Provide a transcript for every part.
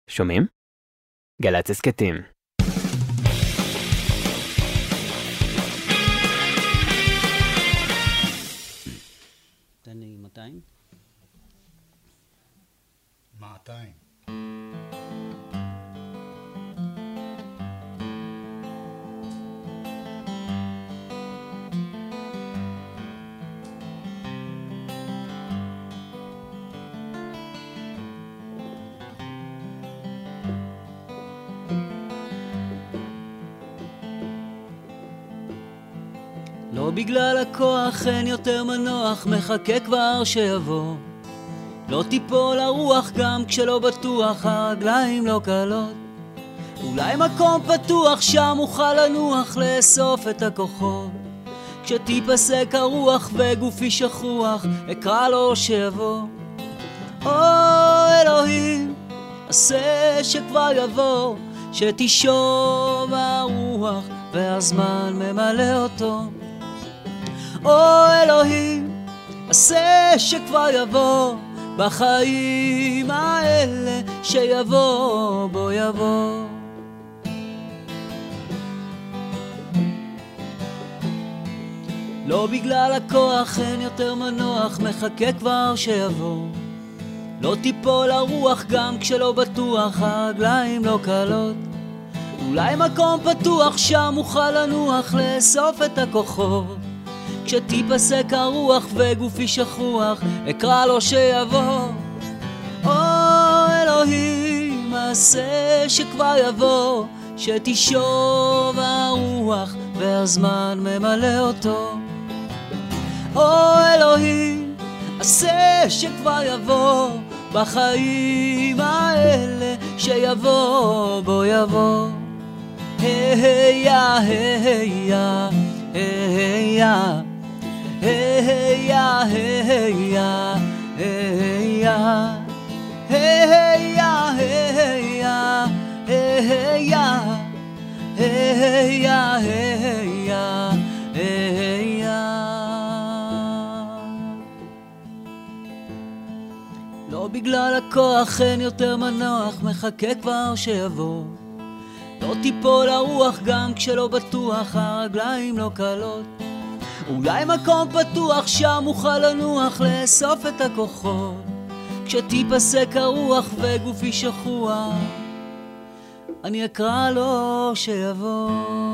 שומעים? גל"צ הסכתים. תן לי 200. 200. לא בגלל הכוח אין יותר מנוח, מחכה כבר שיבוא. לא תיפול הרוח גם כשלא בטוח, הרגליים לא קלות. אולי מקום פתוח שם אוכל לנוח, לאסוף את הכוחות. כשתיפסק הרוח וגופי שכוח, אקרא לו שיבוא. או אלוהים, עשה שכבר יבוא, שתשוב הרוח והזמן ממלא אותו. או אלוהים, עשה שכבר יבוא, בחיים האלה שיבוא, בוא יבוא. לא בגלל הכוח אין יותר מנוח, מחכה כבר שיבוא. לא תיפול הרוח גם כשלא בטוח, הרגליים לא קלות. אולי מקום פתוח שם אוכל לנוח, לאסוף את הכוחות. כשתיפסק הרוח וגופי שכוח, אקרא לו שיבוא. או אלוהים, עשה שכבר יבוא, שתשוב הרוח והזמן ממלא אותו. או אלוהים, עשה שכבר יבוא, בחיים האלה שיבוא, בוא יבוא. היי יא, היי יא, היי יא, היי יא, היי יא, היי יא, היי יא, היי יא, היי יא, היי יא, היי יא, היי יא. לא בגלל הכוח אין יותר מנוח, מחכה כבר שיבוא. לא תיפול הרוח גם כשלא בטוח, הרגליים לא קלות. אולי מקום פתוח שם אוכל לנוח, לאסוף את הכוחות. כשתיפסק הרוח וגופי שכוח, אני אקרא לו שיבוא.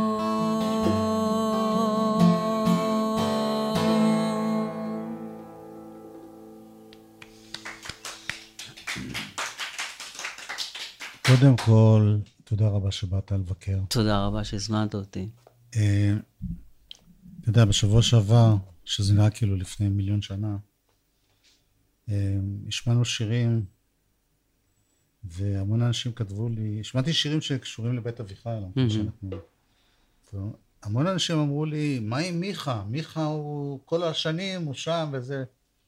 קודם כל, תודה רבה שבאת לבקר. תודה רבה שהזמנת אותי. אתה יודע, בשבוע שעבר, שזה נראה כאילו לפני מיליון שנה, השמענו שירים, והמון אנשים כתבו לי, השמעתי שירים שקשורים לבית אביחי, המון אנשים אמרו לי, מה עם מיכה? מיכה הוא כל השנים, הוא שם וזה,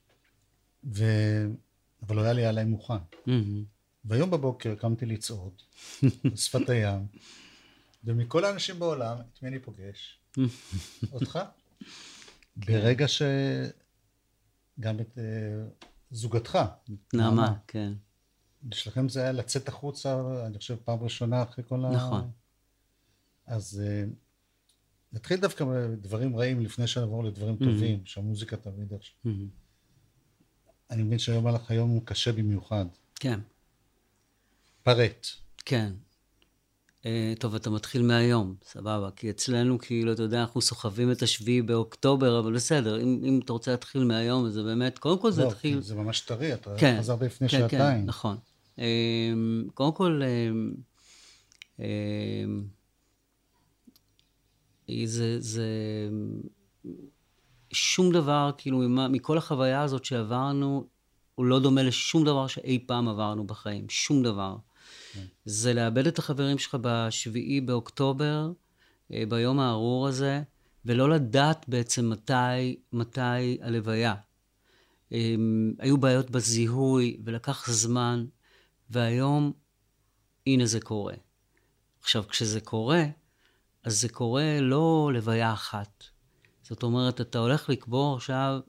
אבל הוא היה לי עליי מוכן. והיום בבוקר קמתי לצעוד, בשפת הים, ומכל האנשים בעולם, את מי אני פוגש? אותך? ברגע שגם את זוגתך. נעמה, כן. בשלכם זה היה לצאת החוצה, אני חושב פעם ראשונה אחרי כל נכון. אז נתחיל דווקא בדברים רעים לפני שנעבור לדברים טובים, שהמוזיקה תמיד עכשיו. אני מבין שהיום הלך היום הוא קשה במיוחד. כן. פרט. כן. טוב, אתה מתחיל מהיום, סבבה, כי אצלנו כאילו, אתה יודע, אנחנו סוחבים את 7 באוקטובר, אבל בסדר, אם אתה רוצה להתחיל מהיום, אז זה באמת, קודם כל זה התחיל... לא, זה ממש טרי, אתה כן, חזר לפני כן, שעתיים. כן, נכון. קודם כל, זה שום דבר, כאילו, מכל החוויה הזאת שעברנו, הוא לא דומה לשום דבר שאי פעם עברנו בחיים, שום דבר. זה לאבד את החברים שלך ב7 באוקטובר, ביום הארור הזה, ולא לדעת בעצם מתי הלוויה. היו בעיות בזיהוי, ולקח זמן, והיום, הנה זה קורה. עכשיו, כשזה קורה, אז זה קורה לא לוויה אחת. זאת אומרת, אתה הולך לקבור עכשיו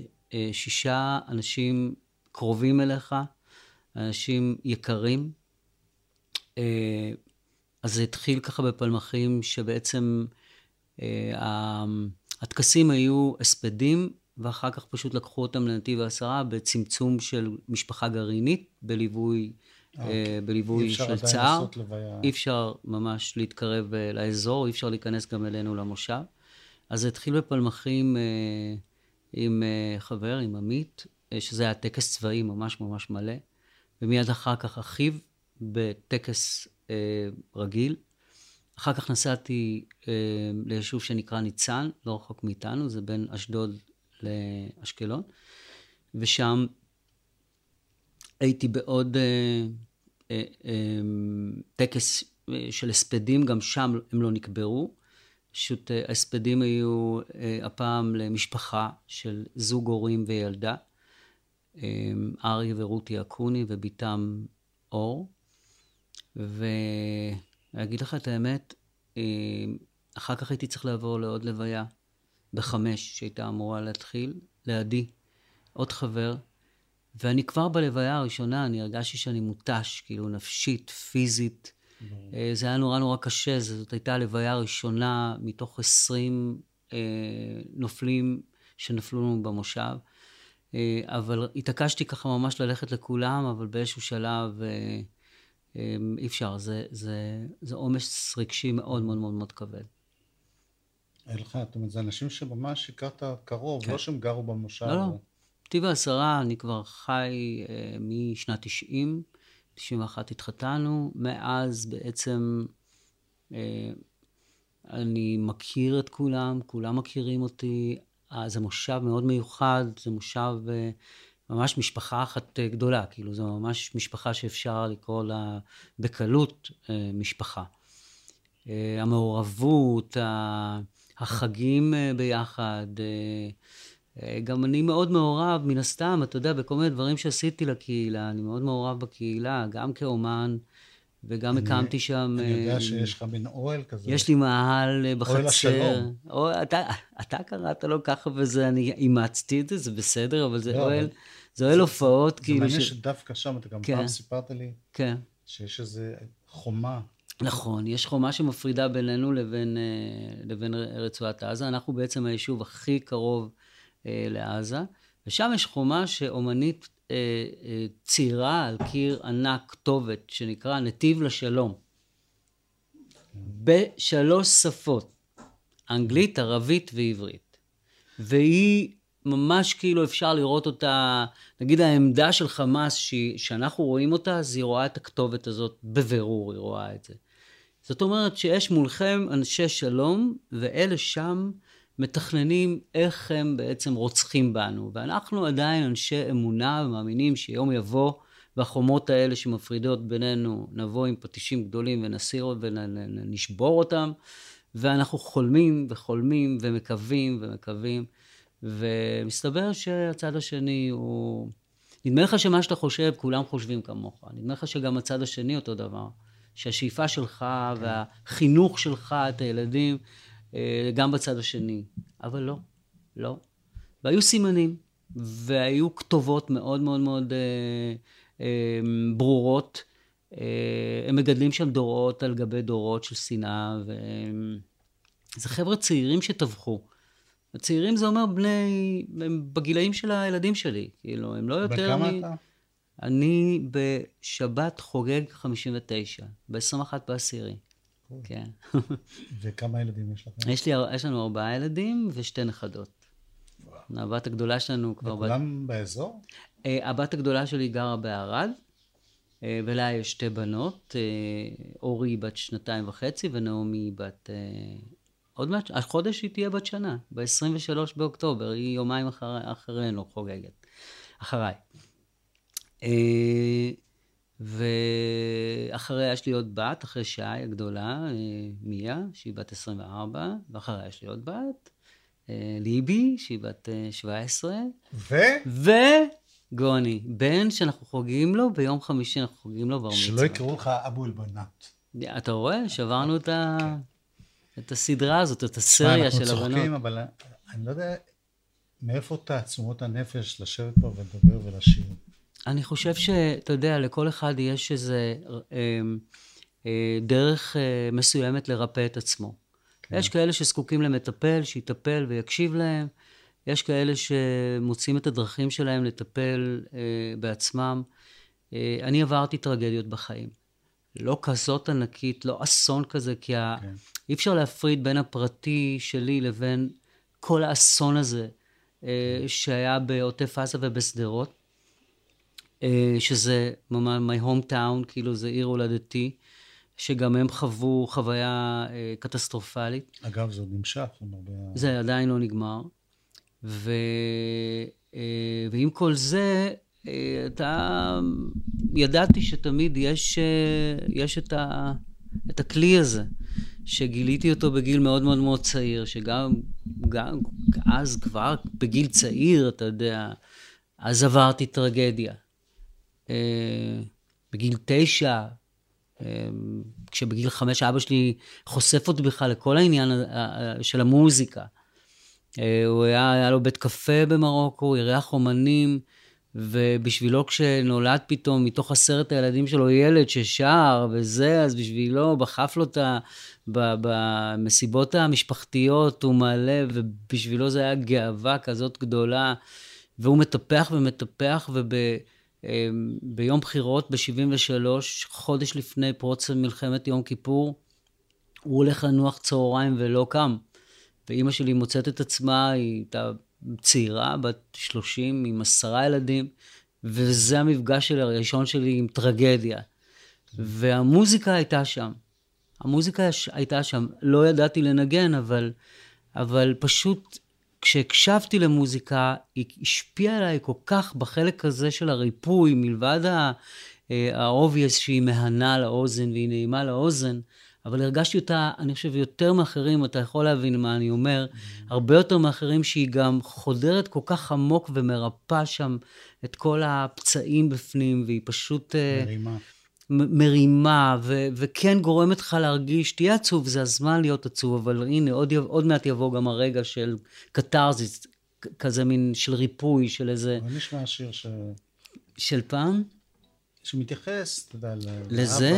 6 אנשים קרובים אליך, אנשים יקרים, אז זה התחיל ככה בפלמחים, שבעצם הטקסים היו הספדים, ואחר כך פשוט לקחו אותם לנתיב העשרה, בצמצום של משפחה גרעינית, בליווי של צער. אי אפשר ממש להתקרב לאזור, אי אפשר להיכנס גם אלינו למושב. אז זה התחיל בפלמחים עם חבר, עם עמית, שזה היה טקס צבאי ממש ממש מלא, ומיד אחר כך אחיו בטקס רגיל. אחר כך נסעתי ליישוב שנקרא ניצן, לא רחוק מאיתנו, זה בין אשדוד לאשקלון, ושם הייתי בעוד טקס של הספדים, גם שם הם לא נקברו, פשוט ההספדים היו הפעם למשפחה של זוג הורים וילדה, ארי ורותי אקוני וביתם אור, ואגיד לך את האמת, אחר כך הייתי צריך לעבור לעוד לוויה, ב5 שהייתה אמורה להתחיל, לידי, עוד חבר, ואני כבר בלוויה הראשונה, אני הרגשתי שאני מותש, כאילו נפשית, פיזית, זה היה נורא נורא קשה, זאת הייתה הלוויה הראשונה מתוך 20 נופלים שנפלו לנו במושב, אבל התעקשתי ככה ממש ללכת לכולם, אבל באיזשהו שלב אי אפשר, זה עומס רגשי מאוד מאוד מאוד מאוד כבד. אלך, זאת אומרת, זה אנשים שממש הכרת קרוב, לא שהם גרו במושב. לא, לא. נתיב העשרה, אני כבר חי משנת 90, 91 התחתנו, מאז בעצם אני מכיר את כולם, כולם מכירים אותי, זה מושב מאוד מיוחד, זה מושב ממש משפחה אחת גדולה, כאילו זו ממש משפחה שאפשר לקרוא לה בקלות משפחה. המעורבות, החגים ביחד, גם אני מאוד מעורב, מן הסתם, אתה יודע, בכל מיני דברים שעשיתי לקהילה, אני מאוד מעורב בקהילה, גם כאומן, וגם הקמתי שם... אני יודע שיש לך מין אוהל כזה. יש לי מאהל בחצר. אוהל השלום. אתה קראת לו ככה וזה, אני אימצתי את זה, זה בסדר, אבל זה אוהל, זה אוהל הופעות, כאילו... זה מעניין שדווקא שם, אתה גם פעם סיפרת לי, שיש איזה חומה. נכון, יש חומה שמפרידה בינינו לבין רצועת עזה, אנחנו בעצם היישוב הכי קרוב לעזה, ושם יש חומה שאומנית ציירה על קיר ענק כתובת שנקרא נתיב לשלום. בשלוש שפות, אנגלית, ערבית ועברית. והיא ממש כאילו אפשר לראות אותה, נגיד העמדה של חמאס שאנחנו רואים אותה, אז היא רואה את הכתובת הזאת בבירור, היא רואה את זה. זאת אומרת שיש מולכם אנשי שלום, ואלה שם מתכננים איך הם בעצם רוצחים בנו. ואנחנו עדיין אנשי אמונה ומאמינים שיום יבוא, והחומות האלה שמפרידות בינינו, נבוא עם פטישים גדולים ונסיר ונשבור אותם, ואנחנו חולמים וחולמים ומקווים ומקווים, ומסתבר שהצד השני הוא... נדמה לך שמה שאתה חושב, כולם חושבים כמוך. נדמה לך שגם הצד השני אותו דבר. שהשאיפה שלך והחינוך שלך את הילדים, גם בצד השני. אבל לא, לא. והיו סימנים, והיו כתובות מאוד מאוד מאוד ברורות. הם מגדלים שם דורות על גבי דורות של שנאה, זה חבר'ה צעירים שטבחו. הצעירים זה אומר בני, הם בגילאים של הילדים שלי, כאילו, הם לא יותר בכמה אתה? אני בשבת חוגג 59, ב-21 בעשירי. כן. וכמה ילדים יש לכם? יש לנו 4 ילדים ו2 נכדות. הבת הגדולה שלנו כבר... וכולם באזור? הבת הגדולה שלי גרה בערד, ולה יש 2 בנות, אורי בת 2.5 ונעמי בת... עוד מעט, החודש היא תהיה בת שנה, ב-23 באוקטובר, היא יומיים אחרינו חוגגת, אחריי. ואחריה יש לי עוד בת, אחרי שי הגדולה, מיה, שהיא בת 24, ואחריה יש לי עוד בת, ליבי, שהיא בת 17. וגוני, בן שאנחנו חוגגים לו, ביום חמישי אנחנו חוגגים לו בר מצווה. שלא יקראו לך אבו אלבנת. אתה רואה? שברנו את הסדרה הזאת, את הסריה של הבנות. אנחנו צוחקים, אבל אני לא יודע מאיפה תעצומות הנפש לשבת פה ולדבר ולשיר. אני חושב שאתה יודע, לכל אחד יש איזה דרך מסוימת לרפא את עצמו. כן. יש כאלה שזקוקים למטפל, שיטפל ויקשיב להם. יש כאלה שמוצאים את הדרכים שלהם לטפל בעצמם. אני עברתי טרגדיות בחיים. לא כזאת ענקית, לא אסון כזה, כי אי אפשר להפריד בין הפרטי שלי לבין כל האסון הזה שהיה בעוטף עזה ובשדרות, שזה my hometown, כאילו זה עיר הולדתי, שגם הם חוו חוויה קטסטרופלית. אגב, זה עוד נמשך. זה עדיין לא נגמר. ועם כל זה, ידעתי שתמיד יש את הכלי הזה, שגיליתי אותו בגיל מאוד מאוד מאוד צעיר, שגם אז כבר בגיל צעיר, אתה יודע, אז עברתי טרגדיה. בגיל 9, כשבגיל 5 אבא שלי חושף אותי בכלל לכל העניין של המוזיקה. היה לו בית קפה במרוקו, הוא אירח אומנים, ובשבילו כשנולד פתאום מתוך 10 הילדים שלו ילד ששר וזה, אז בשבילו בחפלותה, במסיבות המשפחתיות הוא מעלה, ובשבילו זה היה גאווה כזאת גדולה, והוא מטפח ומטפח, וביום בחירות ב-73, חודש לפני פרוץ מלחמת יום כיפור, הוא הולך לנוח צהריים ולא קם. ואמא שלי מוצאת את עצמה, היא הייתה צעירה, בת 30, עם 10 ילדים, וזה המפגש הראשון שלי עם טרגדיה. והמוזיקה הייתה שם. המוזיקה הייתה שם. לא ידעתי לנגן, אבל פשוט כשהקשבתי למוזיקה, היא השפיעה עליי כל כך בחלק הזה של הריפוי, מלבד האובייס שהיא מהנה לאוזן והיא נעימה לאוזן, אבל הרגשתי אותה, אני חושב, יותר מאחרים, אתה יכול להבין מה אני אומר, הרבה יותר מאחרים שהיא גם חודרת כל כך עמוק ומרפא שם את כל הפצעים בפנים, והיא פשוט מרימה וכן גורמת לך להרגיש, תהיה עצוב, זה הזמן להיות עצוב, אבל הנה, עוד מעט יבוא גם הרגע של קטרזיס, כזה מין של ריפוי, של איזה... אבל נשמע שיר של פעם? שמתייחס, אתה יודע, לזה?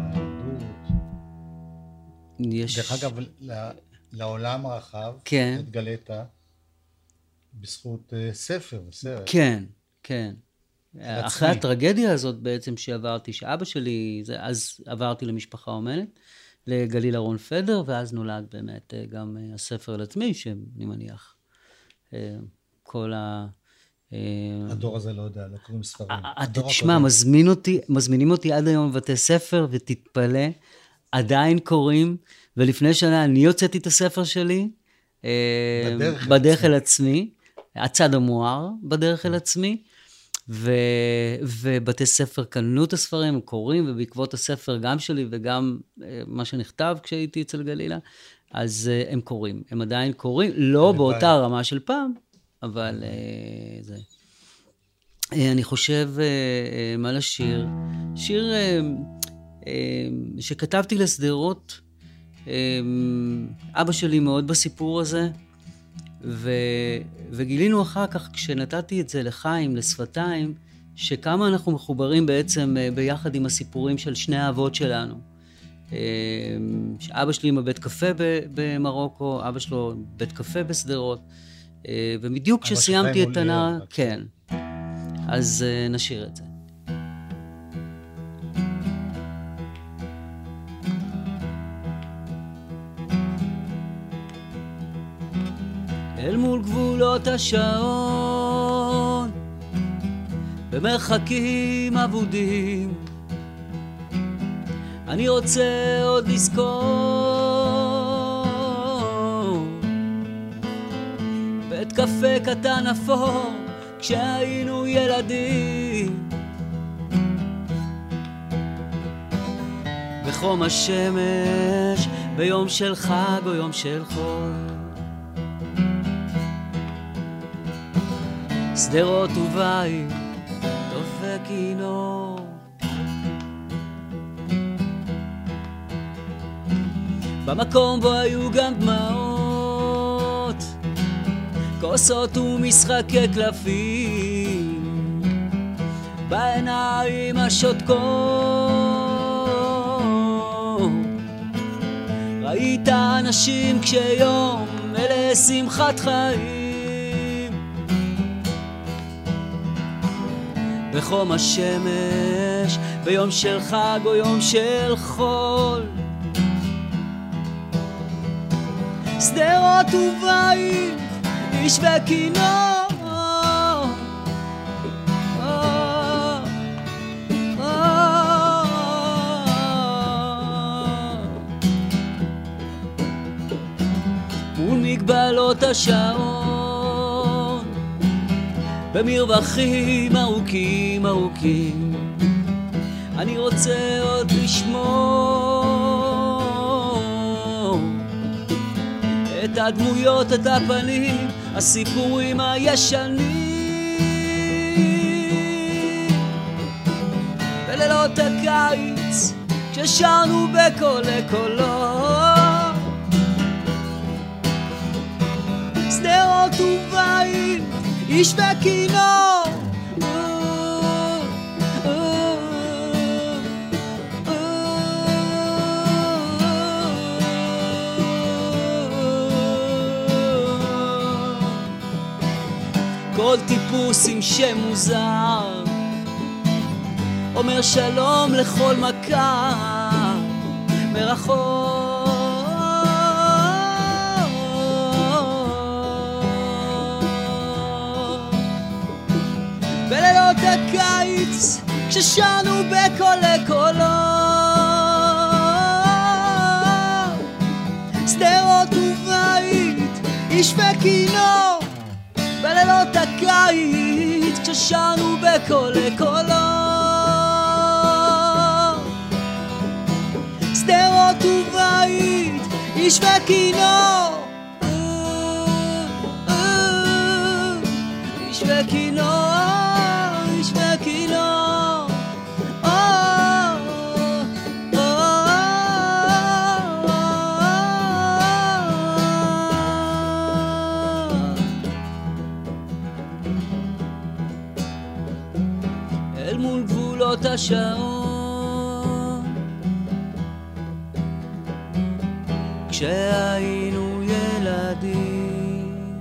דרך אגב, לעולם הרחב, כן. התגלית בזכות ספר וסרט. כן, כן. אחרי הטרגדיה הזאת בעצם שעברתי, שאבא שלי, אז עברתי למשפחה אומנת, לגליל אהרון פדר, ואז נולד באמת גם הספר לעצמי, שאני מניח, כל הדור הזה לא יודע, לא קוראים ספרים. תשמע, מזמינים אותי עד היום בבתי ספר, ותתפלא, עדיין קוראים, ולפני שנה אני הוצאתי את הספר שלי, בדרך אל עצמי, הצד המואר, בדרך אל עצמי, ובתי ספר קנו את הספרים, קוראים, ובעקבות הספר גם שלי, וגם מה שנכתב כשהייתי אצל גלילה, אז הם קוראים, הם עדיין קוראים, לא באותה רמה של פעם, אבל זה. אני חושב מה לשיר, שיר שכתבתי לסדרות, אבא שלי מאוד בסיפור הזה, וגילינו אחר כך, כשנתתי את זה לחיים, לשפתיים, שכמה אנחנו מחוברים בעצם ביחד עם הסיפורים של שני האבות שלנו. אבא שלי עם הבית קפה במרוקו, אבא שלו בית קפה בסדרות, ובדיוק כשסיימתי את הנער, כן, אז נשאיר את זה. אל מול גבולות השעון, במרחקים אבודים, אני רוצה עוד לזכור בית קפה קטן אפור כשהיינו ילדים, בחום השמש ביום של חג או יום של חול, שדרות ובית דופק כינור, במקום בו היו גם דמעות, כוסות ומשחקי קלפים, בעיניים השותקות, ראית אנשים כשיום אלה שמחת חיים, בחום השמש, ביום של חג או יום של חול, שדרות ובית, איש וכינור, מגבלות השעון, במרווחים ארוכים ארוכים, אני רוצה עוד לשמור את הדמויות, את הפנים, הסיפורים הישנים, בלילות הקיץ כששרנו בקולי קולות, שדרות ובית, איש וכינור, כל טיפוס עם שם מוזר אומר שלום לכל מכר מרחוק, בלילות הקיץ כששרנו בקולי קולות, שדרות ובית, איש וכינור, בלילות הקיץ כששרנו בקולי קולות, שדרות ובית, איש וכינור, איש וכינור, איש וכינור, אל מול גבולות השעון, כשהיינו ילדים.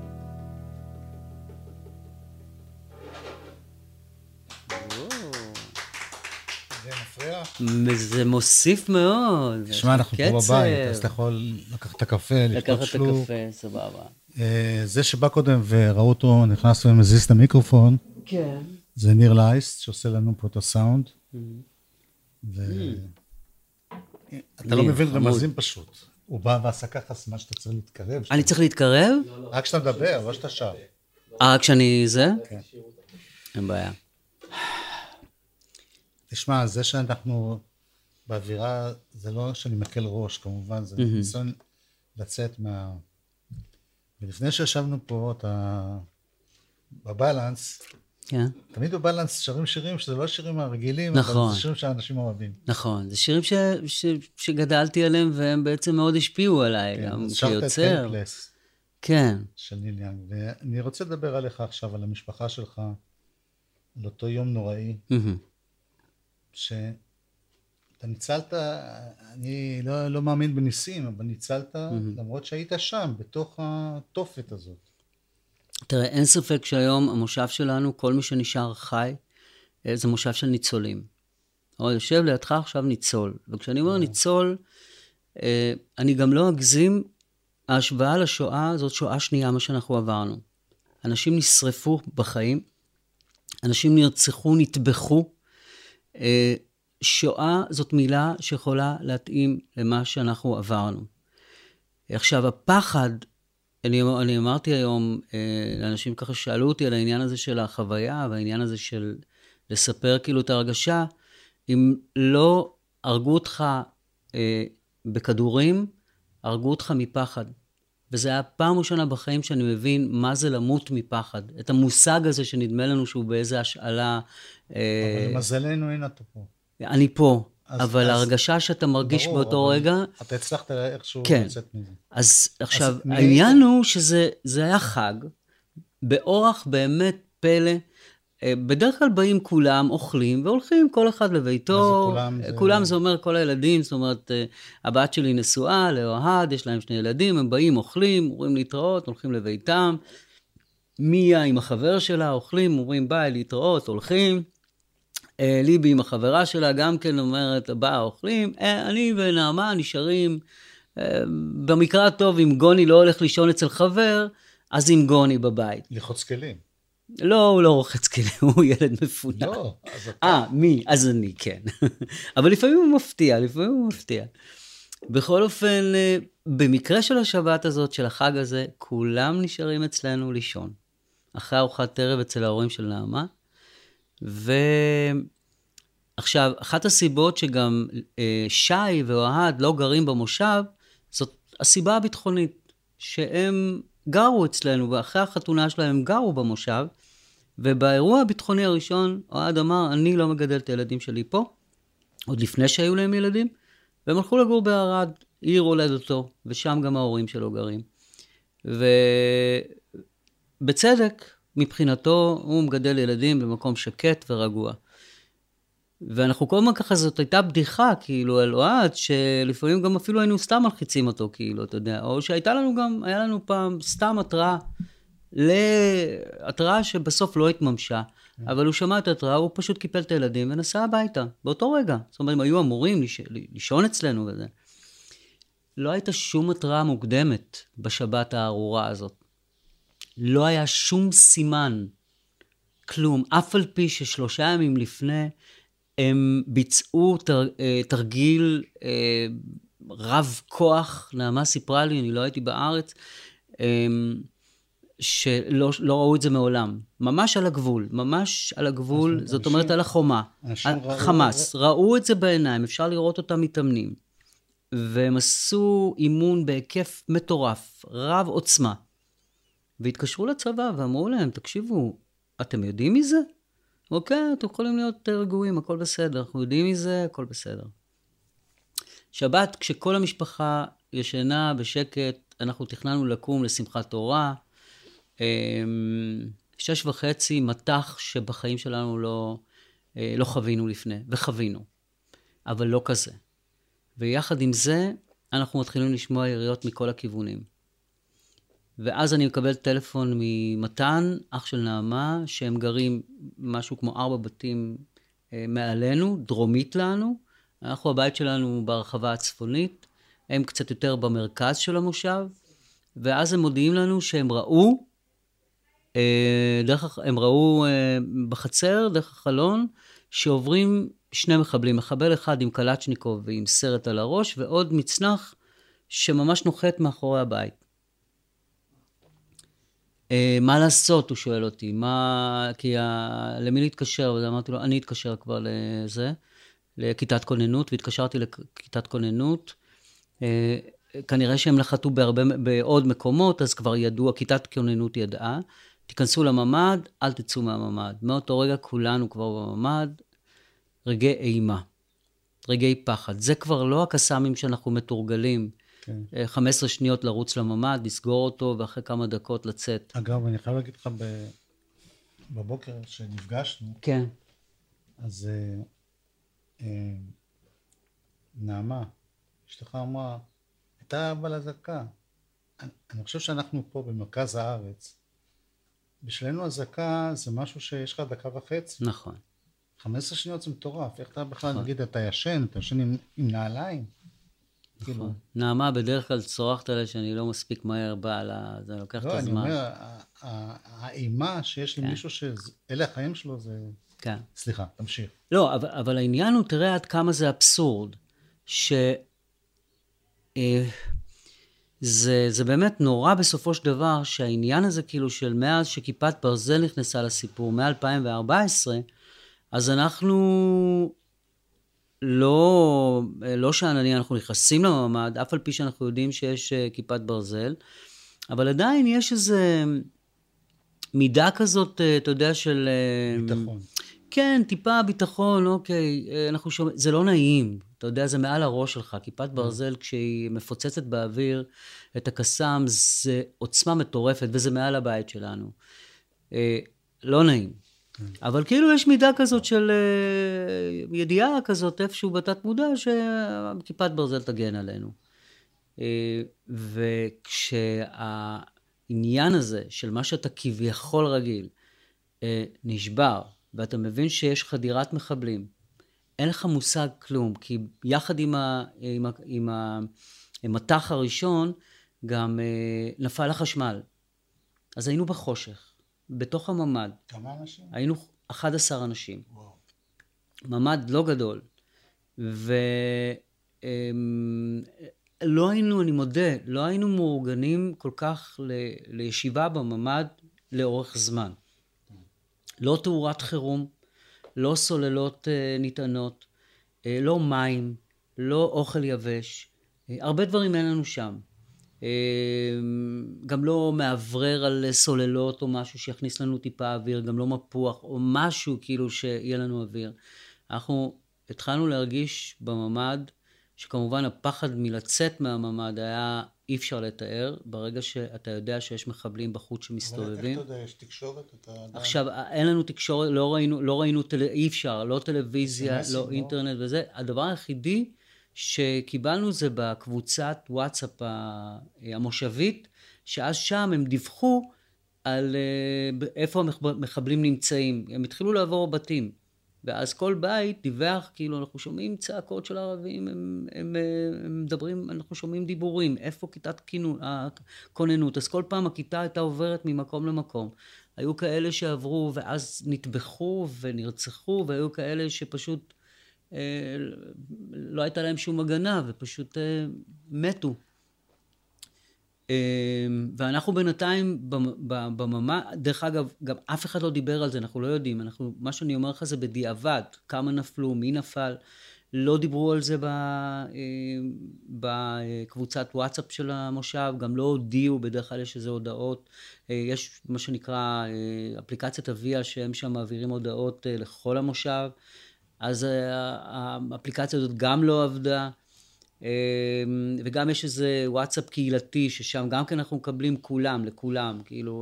זה מפריע? זה מוסיף מאוד. תשמע, אנחנו פה בבית, אז אתה יכול לקחת את הקפה, לקחת את הקפה, סבבה. זה שבא קודם וראו אותו, נכנס ומזיז את המיקרופון, כן. זה ניר לייסט, שעושה לנו פה את הסאונד. אתה לא מבין רמזים פשוט. הוא בא ועשה ככה, סימן שאתה צריך להתקרב. אני צריך להתקרב? רק כשאתה מדבר, לא שאתה שר. רק כשאני זה? כן. אין בעיה. תשמע, זה שאנחנו באווירה, זה לא שאני מקל ראש, כמובן, זה ניסיון לצאת מה... ולפני שישבנו פה, אתה... בבלנס, כן. תמיד בבלנס שרים שירים שזה לא השירים הרגילים, נכון. אבל זה שירים שאנשים אוהבים. נכון, זה שירים שגדלתי עליהם, והם בעצם מאוד השפיעו עליי, כן, גם אז שרת את כיוצר. הלפלס כן. של ניל יאנג, ואני רוצה לדבר עליך עכשיו, על המשפחה שלך, על אותו יום נוראי, שאתה ניצלת, אני לא מאמין בניסים, אבל ניצלת למרות שהיית שם, בתוך התופת הזאת. תראה, אין ספק שהיום המושב שלנו, כל מי שנשאר חי, זה מושב של ניצולים. אבל יושב לידך עכשיו ניצול, וכשאני אומר ניצול, אני גם לא אגזים, ההשוואה לשואה זאת שואה שנייה מה שאנחנו עברנו. אנשים נשרפו בחיים, אנשים נרצחו, נטבחו, שואה זאת מילה שיכולה להתאים למה שאנחנו עברנו. עכשיו, הפחד, אני אמרתי היום, לאנשים ככה שאלו אותי על העניין הזה של החוויה, והעניין הזה של לספר כאילו את ההרגשה, אם לא הרגו אותך בכדורים, הרגו אותך מפחד. וזה היה פעם ראשונה בחיים שאני מבין מה זה למות מפחד. את המושג הזה שנדמה לנו שהוא באיזה השאלה. אבל למזלנו אין אתה פה. אני פה, אבל ההרגשה שאתה מרגיש באותו רגע... אתה הצלחת איכשהו לצאת מזה. אז עכשיו, העניין הוא שזה היה חג, באורח באמת פלא, בדרך כלל באים כולם, אוכלים והולכים, כל אחד לביתו. כולם זה אומר כל הילדים, זאת אומרת, הבת שלי נשואה לאוהד, יש להם 2 ילדים, הם באים, אוכלים, אומרים להתראות, הולכים לביתם. מיה עם החבר שלה, אוכלים, אומרים ביי, להתראות, הולכים. ליבי עם החברה שלה, גם כן אומרת, באה, אוכלים. אני ונעמה נשארים, במקרה הטוב, אם גוני לא הולך לישון אצל חבר, אז עם גוני בבית. לחוץ כלים. לא, הוא לא רוחץ כלים, הוא ילד מפונק. לא, אז אתה... מי? אז אני, כן. אבל לפעמים הוא מפתיע, בכל אופן, במקרה של השבת הזאת, של החג הזה, כולם נשארים אצלנו לישון. אחרי ארוחת ערב אצל ההורים של נעמה. ועכשיו, אחת הסיבות שגם שי ואוהד לא גרים במושב, זאת הסיבה הביטחונית, שהם גרו אצלנו, ואחרי החתונה שלהם הם גרו במושב, ובאירוע הביטחוני הראשון, אוהד אמר, אני לא מגדל את הילדים שלי פה, עוד לפני שהיו להם ילדים, והם הלכו לגור בערד, עיר הולדתו, ושם גם ההורים שלו גרים. ובצדק, מבחינתו, הוא מגדל ילדים במקום שקט ורגוע. ואנחנו כל הזמן ככה, זאת הייתה בדיחה, כאילו, על אוהד, שלפעמים גם אפילו היינו סתם מלחיצים אותו, כאילו, אתה יודע, או שהייתה לנו גם, היה לנו פעם סתם התראה שבסוף לא התממשה, אבל הוא שמע את התראה, הוא פשוט קיפל את הילדים ונסע הביתה, באותו רגע. זאת אומרת, הם היו אמורים לישון אצלנו וזה. לא הייתה שום התראה מוקדמת בשבת הארורה הזאת. לא היה שום סימן, כלום, אף על פי ש3 ימים לפני, הם ביצעו תרגיל רב כוח, נעמה סיפרה לי, אני לא הייתי בארץ, שלא ראו את זה מעולם. ממש על הגבול, זאת אומרת על החומה. חמאס, ראו את זה בעיניים, אפשר לראות אותם מתאמנים. והם עשו אימון בהיקף מטורף, רב עוצמה. והתקשרו לצבא ואמרו להם, תקשיבו, אתם יודעים מזה? אוקיי, אתם יכולים להיות רגועים, הכל בסדר, אנחנו יודעים מזה, הכל בסדר. שבת, כשכל המשפחה ישנה בשקט, אנחנו תכננו לקום לשמחת תורה, 6:30 מתח שבחיים שלנו לא חווינו לפני, וחווינו, אבל לא כזה. ויחד עם זה, אנחנו מתחילים לשמוע יריות מכל הכיוונים. ואז אני מקבל טלפון ממתן, אח של נעמה, שהם גרים משהו כמו 4 בתים מעלינו, דרומית לנו. אנחנו, הבית שלנו ברחבה הצפונית, הם קצת יותר במרכז של המושב, ואז הם מודיעים לנו שהם ראו בחצר, דרך החלון, שעוברים 2 מחבלים, מחבל אחד עם קלצ'ניקוב ועם סרט על הראש, ועוד מצנח שממש נוחת מאחורי הבית. מה לעשות, הוא שואל אותי, למי להתקשר? ואמרתי לו, אני אתקשר כבר לכיתת כוננות, והתקשרתי לכיתת כוננות, כנראה שהם לחתו בעוד מקומות, אז כבר ידעו, הכיתת כוננות ידעה, תיכנסו לממד, אל תצאו מהממד. מאותו רגע כולנו כבר בממד, רגעי אימה, רגעי פחד. זה כבר לא הקסאמים שאנחנו מתורגלים, 15 שניות לרוץ לממד, לסגור אותו, ואחרי כמה דקות לצאת. אגב, אני חייב להגיד לך, בבוקר שנפגשנו, כן. אז נעמה, אשתך אמרה, הייתה אבל הזקה. אני חושב שאנחנו פה במרכז הארץ, בשבילנו הזקה זה משהו שיש לך 1.5 דקות. נכון. 15 שניות זה מטורף, איך אתה בכלל נגיד, אתה ישן עם נעליים? נכון. נעמה, בדרך כלל צורחת עליה שאני לא מספיק מהר באה, זה לוקח את הזמן. לא, אני אומר, האימה שיש למישהו שאלה החיים שלו זה... כן. סליחה, תמשיך. לא, אבל העניין הוא, תראה עד כמה זה אבסורד, זה באמת נורא בסופו של דבר, שהעניין הזה כאילו של מאז שכיפת ברזל נכנסה לסיפור, מ-2014, אז אנחנו לא שאנני, אנחנו נכנסים לממד, אף על פי שאנחנו יודעים שיש כיפת ברזל, אבל עדיין יש איזה מידה כזאת, אתה יודע, של... ביטחון. כן, טיפה ביטחון, אוקיי, אנחנו שומעים, זה לא נעים, אתה יודע, זה מעל הראש שלך, כיפת ברזל כשהיא מפוצצת באוויר את הקסאם, זה עוצמה מטורפת, וזה מעל הבית שלנו. לא נעים. אבל כאילו יש מידה כזאת של ידיעה כזאת, איפשהו בתת מודע, שכיפת ברזל תגן עלינו. וכשהעניין הזה של מה שאתה כביכול רגיל נשבר, ואתה מבין שיש חדירת מחבלים, אין לך מושג כלום, כי יחד עם המתח הראשון גם נפל החשמל. אז היינו בחושך, בתוך הממד. כמה אנשים? היינו 11 אנשים. וואו. ממד לא גדול. לא היינו, אני מודה, לא היינו מאורגנים כל כך לישיבה בממד לאורך זמן. לא תאורת חירום, לא סוללות נטענות, לא מים, לא אוכל יבש. הרבה דברים אין לנו שם. גם לא מעברר על סוללות או משהו שיכניס לנו טיפה אוויר, גם לא מפוח או משהו כאילו שיהיה לנו אוויר. אנחנו התחלנו להרגיש בממד, שכמובן הפחד מלצאת מהממד היה אי אפשר לתאר, ברגע שאתה יודע שיש מחבלים בחוץ שמסתובבים. אבל איך אתה יודע, יש תקשורת? עכשיו, אין לנו תקשורת, לא ראינו, אי אפשר, לא טלוויזיה, לא אינטרנט וזה. הדבר היחידי שקיבלנו זה בקבוצת וואטסאפ המושבית, שאז שם הם דיווחו על איפה המחבלים נמצאים. הם התחילו לעבור בתים, ואז כל בית דיווח, כאילו אנחנו שומעים צעקות של ערבים, הם מדברים, אנחנו שומעים דיבורים, איפה כיתת הכוננות. אז כל פעם הכיתה הייתה עוברת ממקום למקום. היו כאלה שעברו ואז נטבחו ונרצחו, והיו כאלה שפשוט לא הייתה להם שום הגנה ופשוט מתו. ואנחנו בינתיים בממה, דרך אגב, גם אף אחד לא דיבר על זה, אנחנו לא יודעים. מה שאני אומר לך זה בדיעבד, כמה נפלו, מי נפל. לא דיברו על זה בקבוצת וואטסאפ של המושב, גם לא הודיעו, בדרך כלל יש איזה הודעות. יש מה שנקרא אפליקציית אביה, שהם שם מעבירים הודעות לכל המושב. אז האפליקציה הזאת גם לא עבדה, וגם יש איזה וואטסאפ קהילתי, ששם גם כן אנחנו מקבלים לכולם, כאילו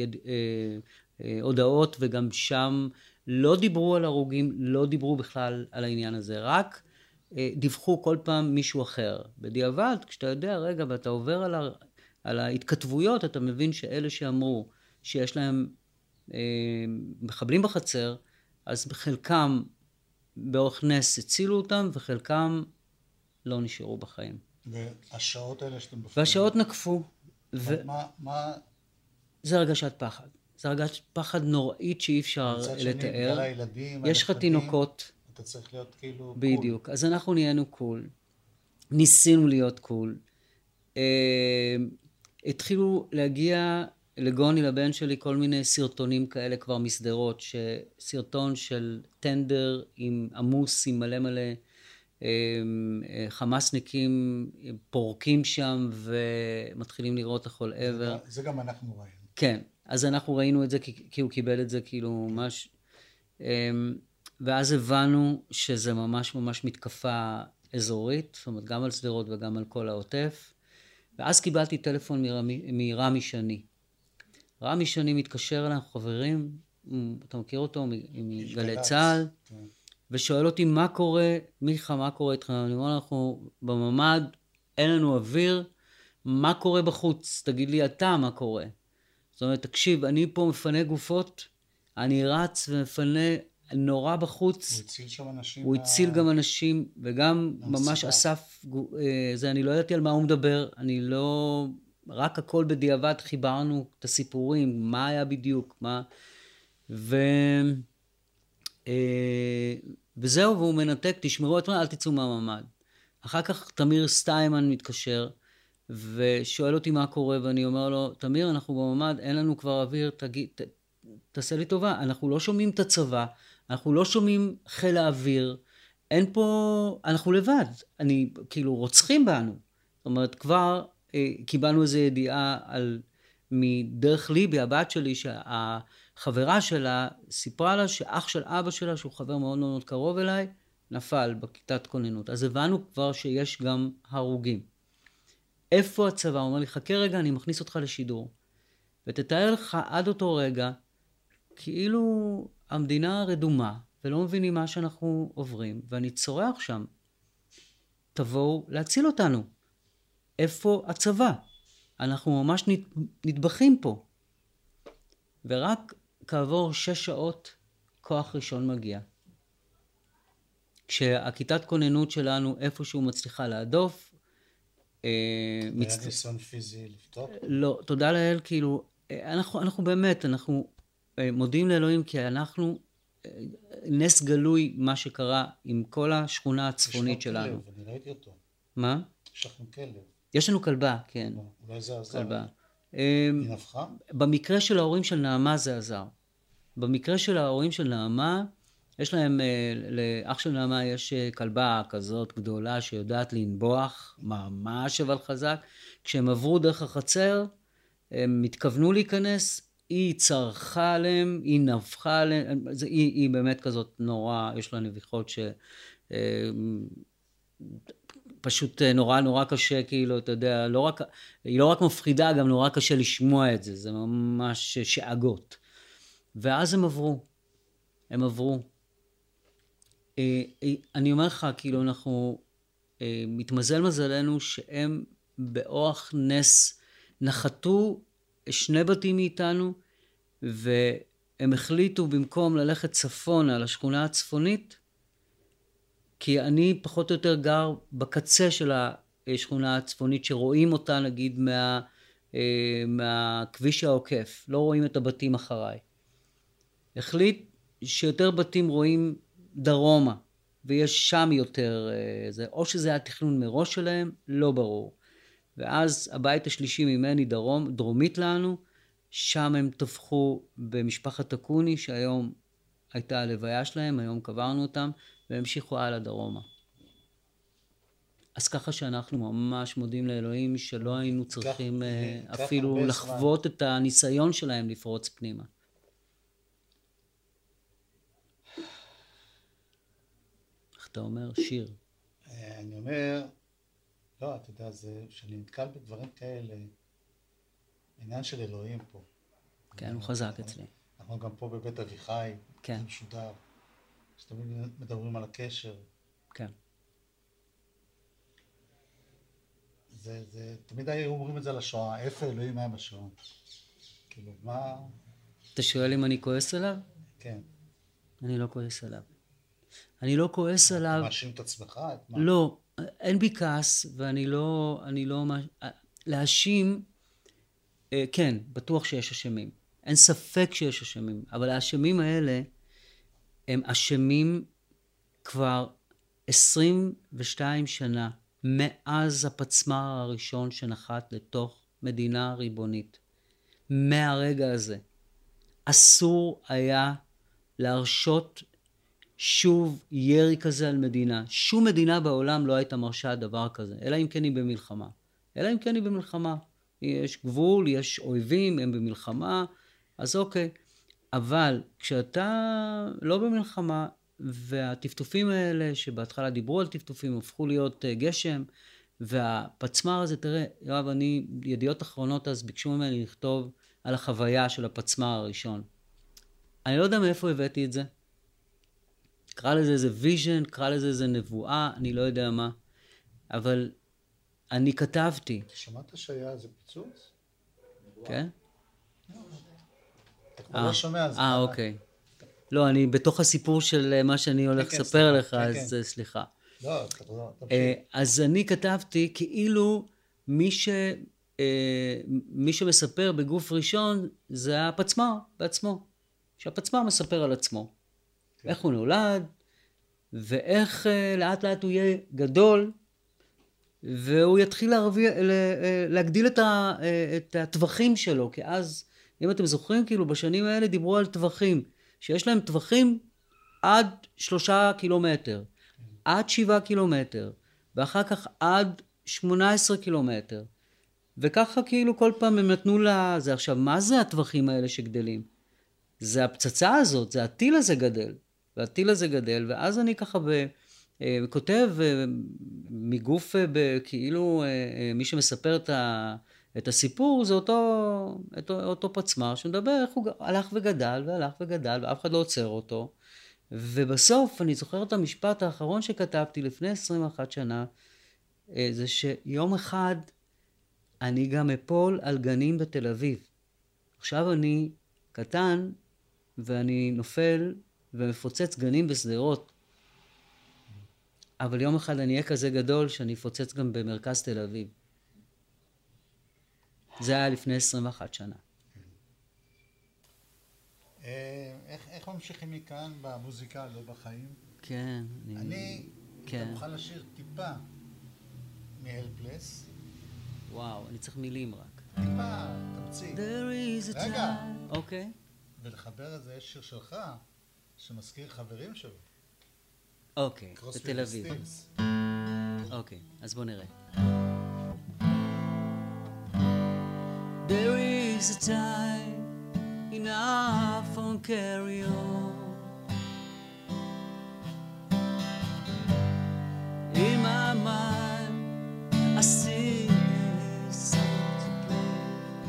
הודעות, וגם שם לא דיברו על הרוגים, לא דיברו בכלל על העניין הזה, רק דיווחו כל פעם מישהו אחר. בדיעבד, כשאתה יודע רגע ואתה עובר על ההתכתבויות, אתה מבין שאלה שאמרו שיש להם מחבלים בחצר, אז בחלקם באורך נס הצילו אותם, וחלקם לא נשארו בחיים. והשעות האלה שאתם בפנים? והשעות נקפו. מה? זה הרגשת פחד. זה הרגשת פחד נוראית שאי אפשר לתאר. מצד שני, בגלל הילדים, יש לך תינוקות. אתה צריך להיות כאילו בדיוק. אז אנחנו נהיינו קול. ניסינו להיות קול. התחילו להגיע לגוני, לבן שלי, כל מיני סרטונים כאלה כבר מסדרות, סרטון של טנדר עם עמוס, עם מלא מלא חמאסניקים פורקים שם ומתחילים לראות לכל עבר. זה גם אנחנו ראינו. כן, אז אנחנו ראינו את זה כי הוא קיבל את זה כאילו ממש, ואז הבנו שזה ממש ממש מתקפה אזורית, זאת אומרת גם על סדרות וגם על כל העוטף, ואז קיבלתי טלפון מרמי שני. רמי שני מתקשר אליי, חברים, אתה מכיר אותו מגלי צהל, ושואל אותי מה קורה, מיכה, מה קורה איתך? אני אומר, אנחנו בממד, אין לנו אוויר, מה קורה בחוץ? תגיד לי אתה מה קורה. זאת אומרת, תקשיב, אני פה מפנה גופות, אני רץ ומפנה נורא בחוץ. הוא הציל שם אנשים. הוא הציל גם אנשים, וגם ממש אסף, אני לא ידעתי על מה הוא מדבר, אני לא, רק הכל בדיעבד חיברנו את הסיפורים, מה היה בדיוק, מה, וזהו, והוא מנתק, תשמרו את מה, אל תצאו מהממד. אחר כך תמיר סטיימן מתקשר, ושואל אותי מה קורה, ואני אומר לו, תמיר, אנחנו בממד, אין לנו כבר אוויר, תעשה לי טובה, אנחנו לא שומעים את הצבא, אנחנו לא שומעים חיל האוויר, אין פה, אנחנו לבד, כאילו רוצחים בנו. זאת אומרת, כבר קיבלנו איזו ידיעה מדרך ליבי, הבת שלי, שהחברה שלה סיפרה לה שאח של אבא שלה, שהוא חבר מאוד מאוד קרוב אליי, נפל בכיתת כוננות. אז הבנו כבר שיש גם הרוגים. איפה הצבא? הוא אומר לי, חכה רגע, אני מכניס אותך לשידור. ותתאר לך עד אותו רגע, כאילו המדינה רדומה, ולא מבינים מה שאנחנו עוברים, ואני צורח שם, תבואו להציל אותנו. איפה הצבא? אנחנו ממש נטבחים פה. ורק כעבור 6 שעות, כוח ראשון מגיע. כשהכיתת כוננות שלנו איפשהו מצליחה להדוף, היה ניסיון פיזי לפתוח? לא, תודה לאל, כאילו, אנחנו באמת, אנחנו מודים לאלוהים, כי אנחנו נס גלוי מה שקרה עם כל השכונה הצפונית שלנו. יש לנו כלב, אני ראיתי אותו. מה? יש לכם כלב. יש לנו כלבה, כן. אולי זה עזר. כלבה. היא נפחה? במקרה של ההורים של נעמה זה עזר. במקרה של ההורים של נעמה, יש להם, לאח של נעמה יש כלבה כזאת גדולה שיודעת לנבוח, ממש אבל חזק. כשהם עברו דרך החצר, הם התכוונו להיכנס, היא צרחה עליהם, היא נבחה עליהם, היא באמת כזאת נורא, יש לה נביחות פשוט נורא קשה, כאילו, אתה יודע, היא לא רק מפחידה, גם נורא קשה לשמוע את זה, זה ממש שאגות. ואז הם עברו. אני אומר לך, כאילו, אנחנו, מתמזל מזלנו שהם באורח נס נחתו 2 בתים מאיתנו, והם החליטו במקום ללכת צפונה לשכונה הצפונית, כי אני פחות או יותר גר בקצה של השכונה הצפונית, שרואים אותה נגיד מהכביש העוקף, לא רואים את הבתים אחריי. החליט שיותר בתים רואים דרומה, ויש שם יותר, או שזה היה תכנון מראש שלהם, לא ברור. ואז הבית השלישי ממני דרומית לנו, שם הם טבחו במשפחת תקוני, שהיום הייתה הלוויה שלהם, היום קברנו אותם, והמשיכו הלאה דרומה. אז ככה שאנחנו ממש מודים לאלוהים, שלא היינו צריכים אפילו לחוות את הניסיון שלהם לפרוץ פנימה. איך אתה אומר? שיר. אני אומר, לא, אתה יודע, זה שאני נתקל בדברים כאלה, עניין של אלוהים פה. כן, הוא חזק אצלי. אנחנו גם פה בבית אביחי, כן. זה משודר, שתמיד מדברים על הקשר. כן. זה, תמיד היו אומרים את זה על השואה, איפה אלוהים היה בשואה? כאילו, מה... אתה שואל אם אני כועס עליו? כן. אני לא כועס עליו. אני לא כועס עליו... אתה מאשים את עצמך? לא, אין בי כעס, ואני לא... להאשים, כן, בטוח שיש אשמים. אין ספק שיש אשמים, אבל האשמים האלה הם אשמים כבר 22 שנה מאז הפצמ"ר הראשון שנחת לתוך מדינה ריבונית. מהרגע הזה. אסור היה להרשות שוב ירי כזה על מדינה. שום מדינה בעולם לא הייתה מרשה דבר כזה, אלא אם כן היא במלחמה. יש גבול, יש אויבים, הם במלחמה, אז אוקיי. אבל כשאתה לא במלחמה, והטפטופים האלה שבהתחלה דיברו על טפטופים, הפכו להיות גשם, והפצמ"ר הזה, תראה, יואב, ידיעות אחרונות אז ביקשו ממני לכתוב על החוויה של הפצמ"ר הראשון. אני לא יודע מאיפה הבאתי את זה. קרא לזה איזה ויז'ן, קרא לזה איזה נבואה, אני לא יודע מה. אבל אני כתבתי. אתה שמעת שהיה איזה פיצוץ? כן? אתה כבר לא שומע אז. אוקיי. לא, אני בתוך הסיפור של מה שאני הולך לספר לך, אז סליחה. לא, תמשיך. אז אני כתבתי כאילו מי שמספר בגוף ראשון זה הפצמ"ר בעצמו. שהפצמ"ר מספר על עצמו. איך הוא נולד, ואיך לאט לאט הוא יהיה גדול, והוא יתחיל להגדיל את הטווחים שלו, כי אז, אם אתם זוכרים, כאילו בשנים האלה דיברו על טווחים, שיש להם טווחים עד 3 קילומטר, עד 7 קילומטר, ואחר כך עד 18 קילומטר, וככה כאילו כל פעם הם נתנו לזה. עכשיו, מה זה הטווחים האלה שגדלים? זה הפצצה הזאת, זה הטיל הזה גדל, והטיל הזה גדל, ואז אני ככה כותב מגוף כאילו מי שמספר את הסיפור זה אותו פצמר שמדבר איך הוא הלך וגדל והלך וגדל ואף אחד לא עוצר אותו. ובסוף אני זוכר את המשפט האחרון שכתבתי לפני 21 שנה, זה שיום אחד אני גם אפול על גנים בתל אביב. עכשיו אני קטן ואני נופל ומפוצץ גנים בסדרות. אבל יום אחד אני אהיה כזה גדול שאני אפוצץ גם במרכז תל אביב. זה היה לפני 21 שנה. איך ממשיכים מכאן במוזיקה, לא בחיים? כן. אני מוכן לשיר טיפה מ-Helpless. וואו, אני צריך מילים רק. טיפה, תמציא. רגע. אוקיי. ולחבר את זה, יש שיר שלך שמזכיר חברים שלו. אוקיי, בתל אביב. אוקיי, אז בוא נראה. There is a time enough on carry on in my mind I sing a song to play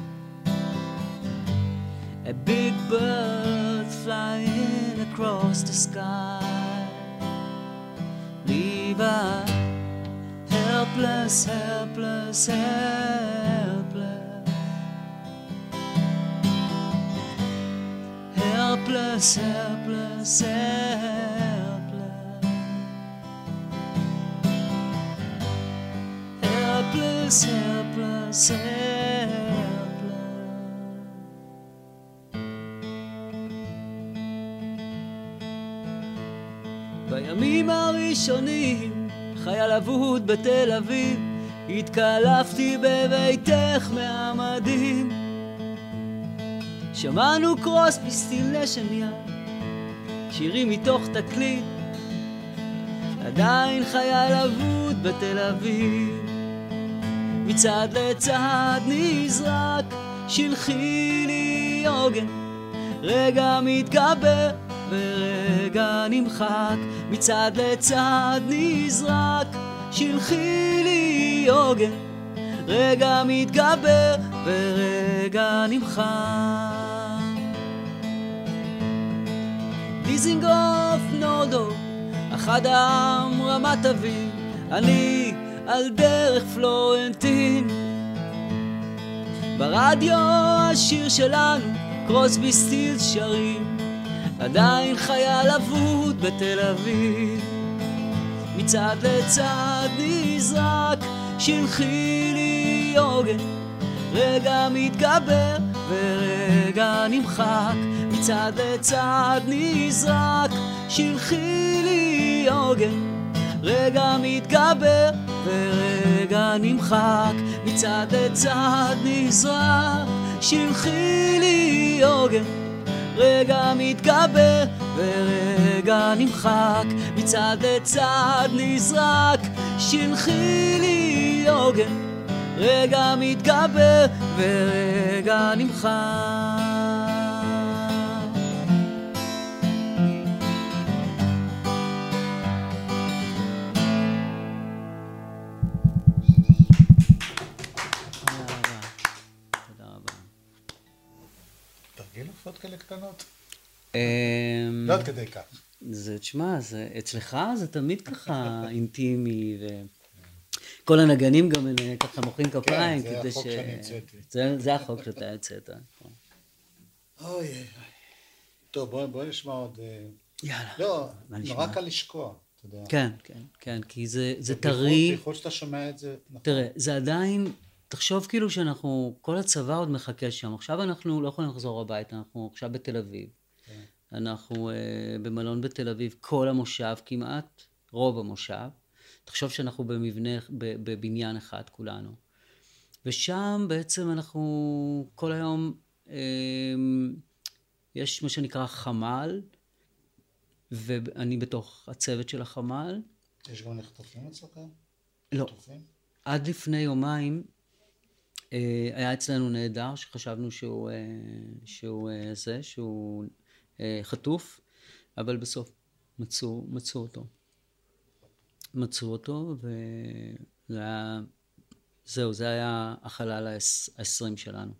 a big bird flying across the sky leave a helpless helpless helpless helpless, helpless, helpless, helpless, helpless, helpless. בימים הראשונים, חייל אבוד בתל אביב, התקלפתי בביתך מהמדים. שמענו קרוסבי, סטיל נשן, שירים מתוך תקליט, עדיין חייל אבוד בתל אביב. מצד לצד נזרק, שלחי לי עוגן, רגע מתגבר ורגע נמחק. מצד לצד נזרק, שלחי לי עוגן, רגע מתגבר ורגע נמחק. דיזינגוף נורדו, אחד העם רמת אביב, אני על דרך פלורנטין. ברדיו השיר שלנו, קרוסבי סטילס שרים, עדיין חייל אבוד בתל אביב. מצד לצד נזרק, שלחי לי עוגן, רגע מתגבר ורגע נמחק. מצד לצד נזרק, שלחי לי עוגן, רגע מתגבר ורגע נמחק. מצד לצד נזרק, שלחי לי עוגן, רגע מתגבר ורגע נמחק. מצד לצד נזרק, שלחי לי עוגן, רגע מתגבר ורגע נמחק. תרגיל הופעות כאלה קטנות? לא עד כדי כך. זה, תשמע, אצלך זה תמיד ככה אינטימי, וכל הנגנים גם ככה מוחאים כפיים. כן, זה החוק שאני הצאתי. זה החוק שאתה הצאת. אוי, טוב, בואי נשמע עוד... יאללה. לא, נורא קל לשקוע, אתה יודע. כן, כי זה טרי. בייחוד שאתה שומע את זה. תראה, זה עדיין... תחשוב כאילו שאנחנו, כל הצבא עוד מחכה שם. עכשיו אנחנו לא יכולים לחזור הביתה, אנחנו עכשיו בתל אביב. אנחנו במלון בתל אביב, כל המושב כמעט, רוב המושב. תחשוב שאנחנו במבנה, בבניין אחד כולנו. ושם בעצם אנחנו כל היום, יש מה שנקרא חמ"ל, ואני בתוך הצוות של החמ"ל. יש גם נחטפים אצלכם? לא. עד לפני יומיים, היה אצלנו נהדר שחשבנו שהוא חטוף, אבל בסוף מצאו אותו. וזה היה זהו, זה היה החלל ה-20 שלנו.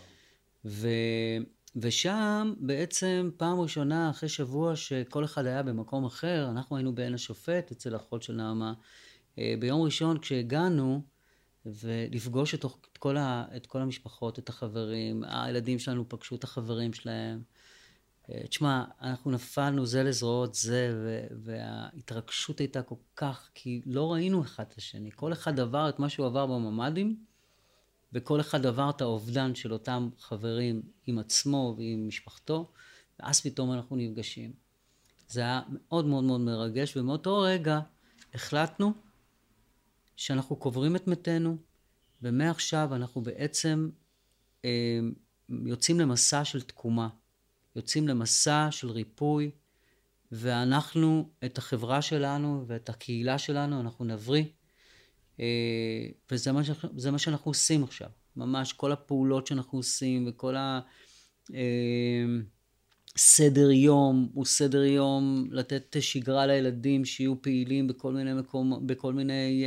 ושם בעצם פעם ראשונה אחרי שבוע שכל אחד היה במקום אחר, אנחנו היינו בעין השופט אצל אחות של נעמה. ביום ראשון כשהגענו ולפגוש את כל המשפחות, את החברים, הילדים שלנו פגשו את החברים שלהם. תשמע, אנחנו נפלנו זה לזרועות זה, וההתרגשות הייתה כל כך, כי לא ראינו אחד את השני. כל אחד עבר את מה שהוא עבר בממ"דים, וכל אחד עבר את האובדן של אותם חברים עם עצמו ועם משפחתו, ואז פתאום אנחנו נפגשים. זה היה מאוד מאוד מאוד מרגש, ומאותו רגע החלטנו שאנחנו קוברים את מתינו, ומעכשיו אנחנו בעצם יוצאים למסע של תקומה, יוצאים למסע של ריפוי, ואנחנו את החברה שלנו ואת הקהילה שלנו אנחנו נבריא, וזה מה שאנחנו עושים עכשיו. ממש כל הפעולות שאנחנו עושים וכל סדר יום הוא סדר יום לתת שגרה לילדים שיהיו פעילים בכל מיני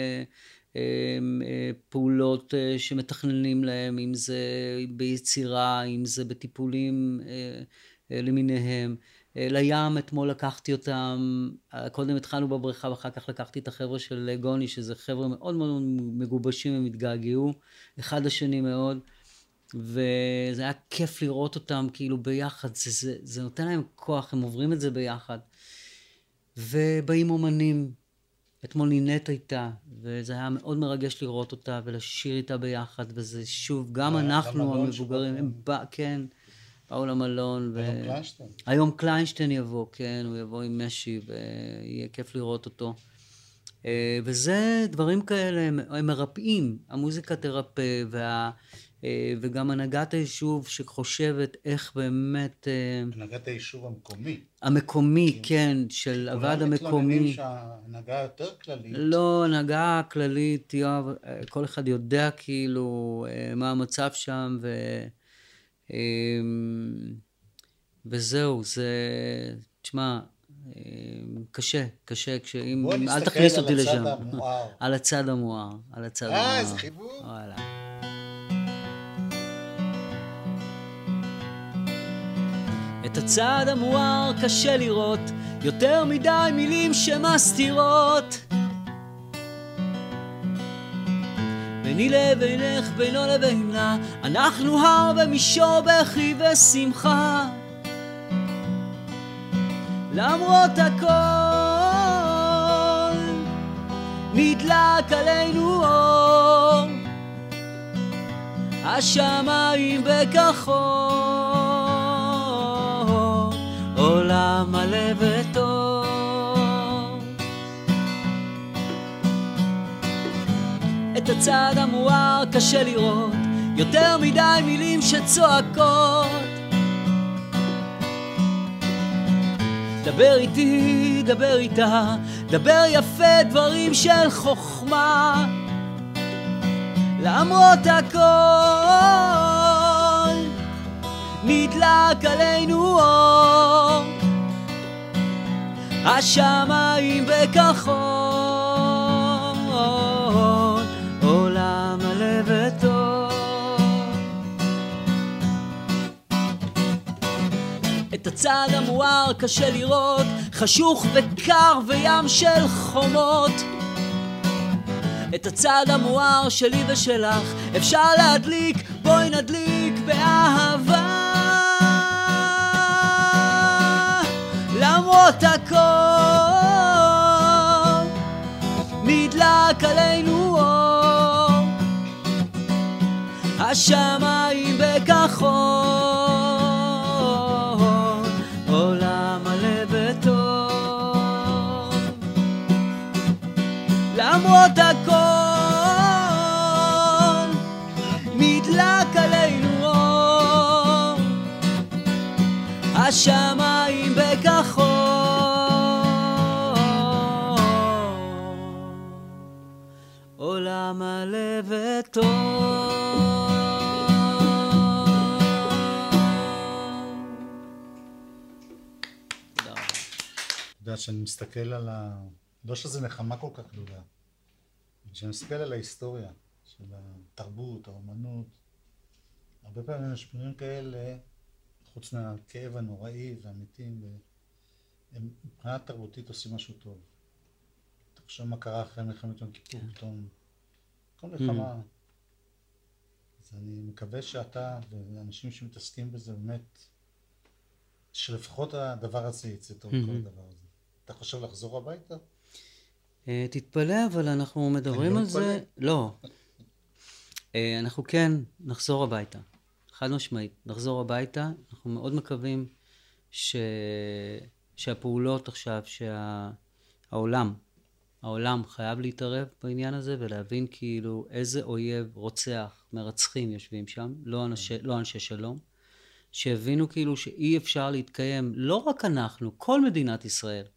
פעולות שמתכננים להם, אם זה ביצירה, אם זה בטיפולים למיניהם. לים אתמול לקחתי אותם, קודם התחלנו בבריכה ואחר כך לקחתי את החבר'ה של גוני, שזה חבר'ה מאוד מאוד מגובשים ומתגעגעו אחד לשני מאוד, וזה היה כיף לראות אותם כאילו ביחד, זה נותן להם כוח, הם עוברים את זה ביחד. ובאים אומנים, אתמול נינט הייתה, וזה היה מאוד מרגש לראות אותה ולשיר איתה ביחד, וזה שוב, גם אנחנו המבוגרים, הם כן, באו למלון. היום קליינשטיין. היום קליינשטיין יבוא, כן, הוא יבוא עם משי, ויהיה כיף לראות אותו. וזה דברים כאלה, הם מרפאים, המוזיקה תרפא, וגם הנהגת היישוב שחושבת איך באמת... הנהגת היישוב המקומי. המקומי, כן, של הוועד המקומי. כולם מתלוננים שההנהגה יותר כללית. לא, הנהגה כללית, יואב, כל אחד יודע כאילו מה המצב שם, וזהו, זה... תשמע, קשה, כשאם... אל תכניס אותי לשם. על הצד המואר. על הצד המואר. איזה חיבור. וואלה. את הצד המואר קשה לראות, יותר מדי מילים שמסתירות. ביני לבינך, בינו לבינה, אנחנו הר ומישור בכי ושמחה. למרות הכל נדלק עלינו אור, השמיים בכחול, עולם מלא וטוב. את הצד המואר קשה לראות, יותר מדי מילים שצועקות. דבר איתי, דבר איתה, דבר יפה דברים של חוכמה. למרות הכל נדלק עלינו אור, השמיים בכחול, עולם מלא וטוב. את הצד המואר קשה לראות, חשוך וקר וים של חומות. את הצד המואר שלי ושלך אפשר להדליק, בואי נדליק באהבה. למרות הכל נדלק עלינו אור, השמיים בכחול, עולם מלא וטוב. למרות הכל נדלק עלינו אור, השמיים בכחול, עולם מלא וטוב. אתה יודע שאני מסתכל על לא שזה נחמה כל כך גדולה, כשאני מסתכל על ההיסטוריה, של התרבות, האומנות. הרבה פעמים משברים כאלה, חוץ מהכאב הנוראי והמתים, הם מבחינה תרבותית עושים משהו טוב. תחשוב מה קרה אחרי מלחמת יום כיפור, פתאום כל מלחמה. אז אני מקווה שאתה ואנשים שמתעסקים בזה באמת, שלפחות הדבר הזה יצא טוב, כל הדבר הזה. אתה חושב לחזור הביתה? תתפלא, אבל אנחנו מדברים על זה. לא. אנחנו כן נחזור הביתה. חד משמעית, נחזור הביתה. אנחנו מאוד מקווים שהפעולות עכשיו, העולם חייב להתערב בעניין הזה ולהבין כאילו איזה אויב רוצח, מרצחים יושבים שם, לא אנשי שלום, שהבינו כאילו שאי אפשר להתקיים, לא רק אנחנו, כל מדינת ישראל,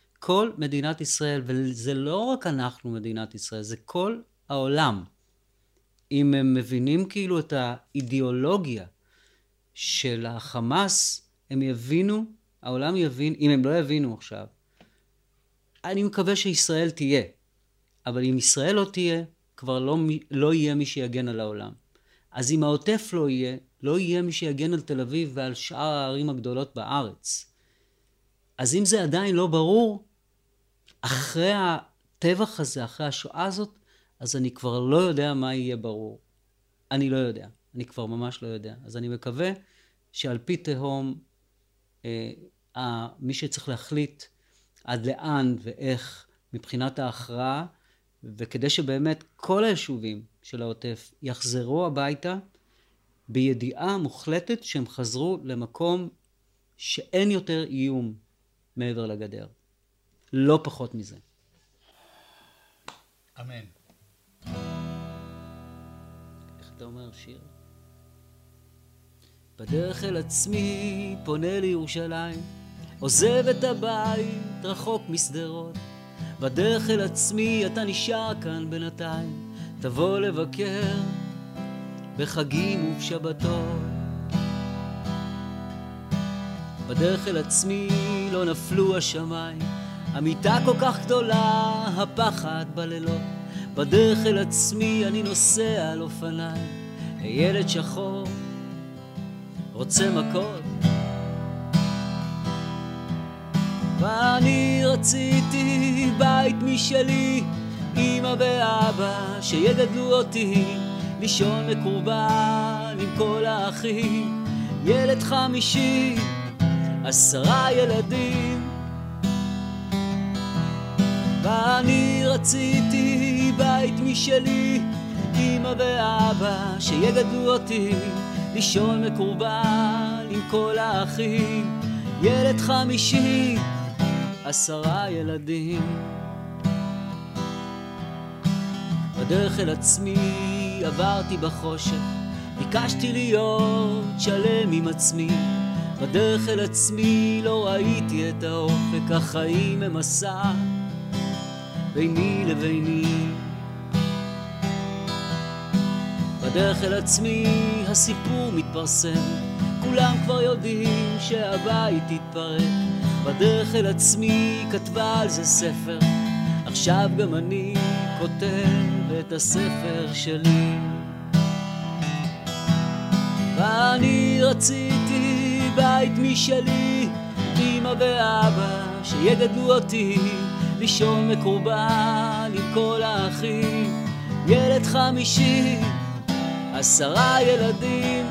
וזה לא רק אנחנו מדינת ישראל, זה כל העולם. אם הם מבינים כאילו את האידיאולוגיה של החמאס, הם יבינו, העולם יבין, אם הם לא יבינו עכשיו, אני מקווה שישראל תהיה, אבל אם ישראל לא תהיה, כבר לא יהיה מי שיגן על העולם. אז אם העוטף לא יהיה מי שיגן על תל אביב ועל שאר הערים הגדולות בארץ. אז אם זה עדיין לא ברור, אחרי הטבח הזה, אחרי השואה הזאת, אז אני כבר לא יודע מה יהיה ברור. אני לא יודע, אני כבר ממש לא יודע. אז אני מקווה שעל פי תהום, מי שצריך להחליט עד לאן ואיך מבחינת ההכרעה, וכדי שבאמת כל היישובים של העוטף יחזרו הביתה, בידיעה מוחלטת שהם חזרו למקום שאין יותר איום מעבר לגדר. לא פחות מזה. אמן. איך אתה אומר שיר? בדרך אל עצמי פונה לירושלים, עוזב את הבית רחוק מסדרות, בדרך אל עצמי אתה נשאר כאן בינתיים, תבוא לבקר בחגים ובשבתות. בדרך אל עצמי לא נפלו השמיים, המיטה כל כך גדולה, הפחד בלילות. בדרך אל עצמי אני נוסע על אופניים, ילד שחור רוצה מכות. ואני רציתי בית משלי, אמא ואבא שיגדלו אותי, לישון מקורבן עם כל האחים, ילד 50, 10 ילדים. ואני רציתי בית משלי, אמא ואבא שיגדלו אותי, לישון מקורבן עם כל האחים, ילד 50, 10 ילדים. בדרך אל עצמי עברתי בחושך, ביקשתי להיות שלם עם עצמי. בדרך אל עצמי לא ראיתי את האופק, החיים הם מסע ביני לביני. בדרך אל עצמי הסיפור מתפרסם, כולם כבר יודעים שהבית יתפרק. בדרך אל עצמי כתבה על זה ספר, עכשיו גם אני כותב את הספר שלי. ואני רציתי בית משלי, אמא ואבא שיגדלו אותי, לישון מקורבן עם כל האחים, ילד 50, 10 ילדים.